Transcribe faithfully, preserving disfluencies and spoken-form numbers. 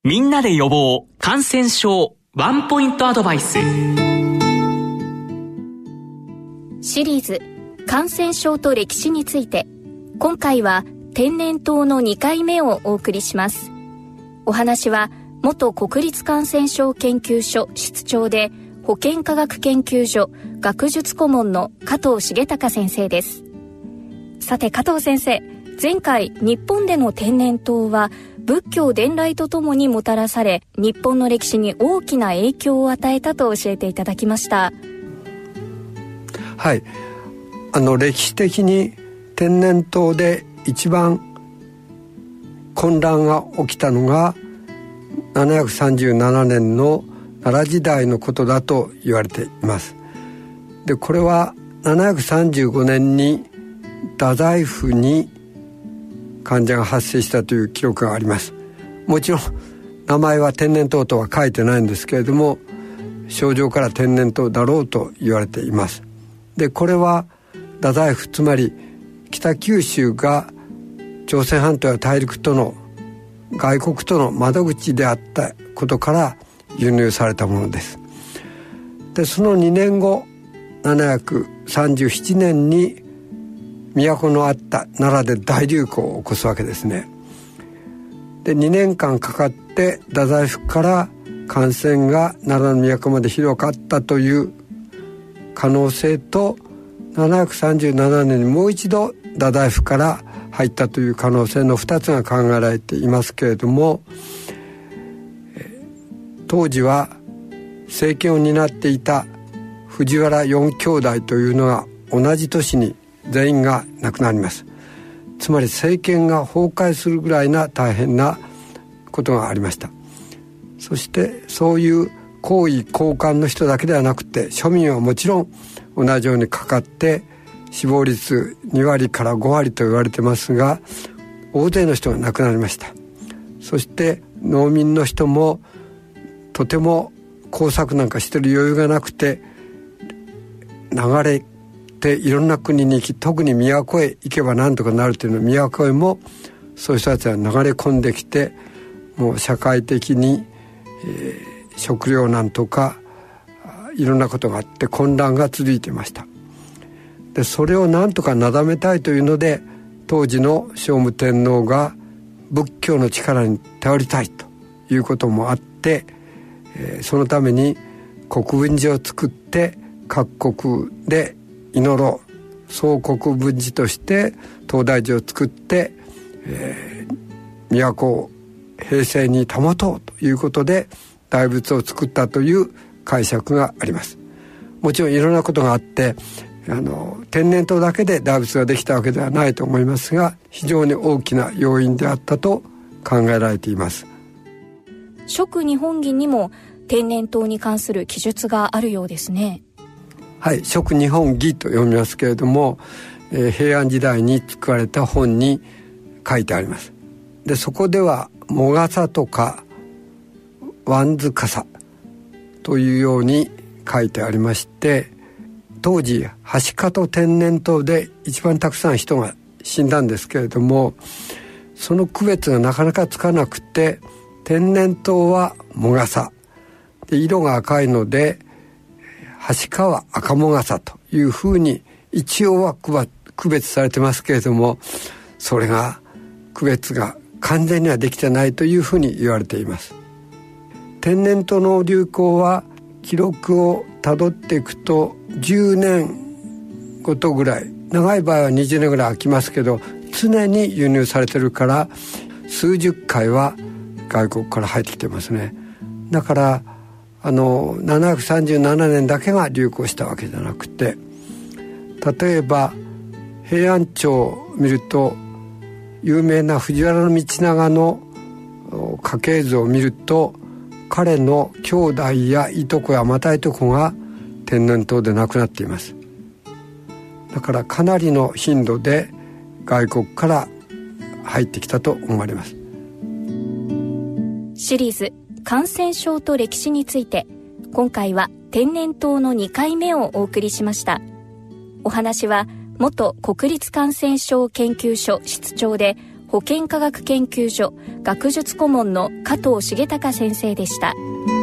みんなで予防感染症ワンポイントアドバイス。 シリーズ感染症と歴史について、今回は天然痘のにかいめをお送りします。お話は元国立感染症研究所室長で保健科学研究所学術顧問の加藤重隆先生です。さて加藤先生、前回日本での天然痘は仏教伝来とともにもたらされ、日本の歴史に大きな影響を与えたと教えていただきました。 はい、あの歴史的に天然痘で一番混乱が起きたのがななひゃくさんじゅうななねんの奈良時代のことだと言われています。でこれはななひゃくさんじゅうごねんに太宰府に患者が発生したという記録があります。もちろん名前は天然痘とは書いてないんですけれども、症状から天然痘だろうと言われています。でこれは太宰府、つまり北九州が朝鮮半島や大陸との外国との窓口であったことから輸入されたものです。でそのにねんご、ななひゃくさんじゅうななねんに都のあった奈良で大流行を起こすわけですね。でにねんかんかかって太宰府から感染が奈良の都まで広がったという可能性と、ななひゃくさんじゅうななねんにもう一度太宰府から入ったという可能性のふたつが考えられていますけれども、当時は政権を担っていた藤原四兄弟というのが同じ年に全員が亡くなります。つまり政権が崩壊するぐらいな大変なことがありました。そしてそういう高位高官の人だけではなくて、庶民はもちろん同じようにかかって死亡率にわりからごわりと言われてますが、大勢の人が亡くなりました。そして農民の人もとても耕作なんかしてる余裕がなくて、流れていろんな国に行き、特に都へ行けばなんとかなるというのは、都へもそういう人たちが流れ込んできて、もう社会的に、えー、食糧難とかいろんなことがあって混乱が続いていました。でそれをなんとかなだめたいというので、当時の聖武天皇が仏教の力に頼りたいということもあって、えー、そのために国分寺を作って各国で祈ろう、総国分寺として東大寺を作って、えー、都を平静に保とうということで大仏を作ったという解釈があります。もちろんいろんなことがあって、あの天然痘だけで大仏ができたわけではないと思いますが、非常に大きな要因であったと考えられています。 蜀日本紀にも天然痘に関する記述があるようですね。 はい、蜀日本紀と読みますけれども、えー、平安時代に作られた本に書いてあります。でそこではもがさとかわんずかさというように書いてありまして、当時はしかと天然痘で一番たくさん人が死んだんですけれども、その区別がなかなかつかなくて、天然痘はもがさで、色が赤いのではしかは赤もがさというふうに一応は区別されてますけれども、それが区別が完全にはできてないというふうに言われています。天然痘の流行は記録をたどっていくとじゅうねんごとぐらい、長い場合はにじゅうねんぐらい空きますけど、常に輸入されてるから数十回は外国から入ってきてますね。だからあのななひゃくさんじゅうななねんだけが流行したわけじゃなくて、例えば平安朝を見ると有名な藤原道長の家系図を見ると、彼の兄弟やいとこやまたいとこが天然痘で亡くなっています。だからかなりの頻度で外国から入ってきたと思われます。 シリーズ感染症と歴史について、今回は天然痘のにかいめをお送りしました。お話は元国立感染症研究所室長で保保健科学研究所学術顧問の加藤重隆先生でした。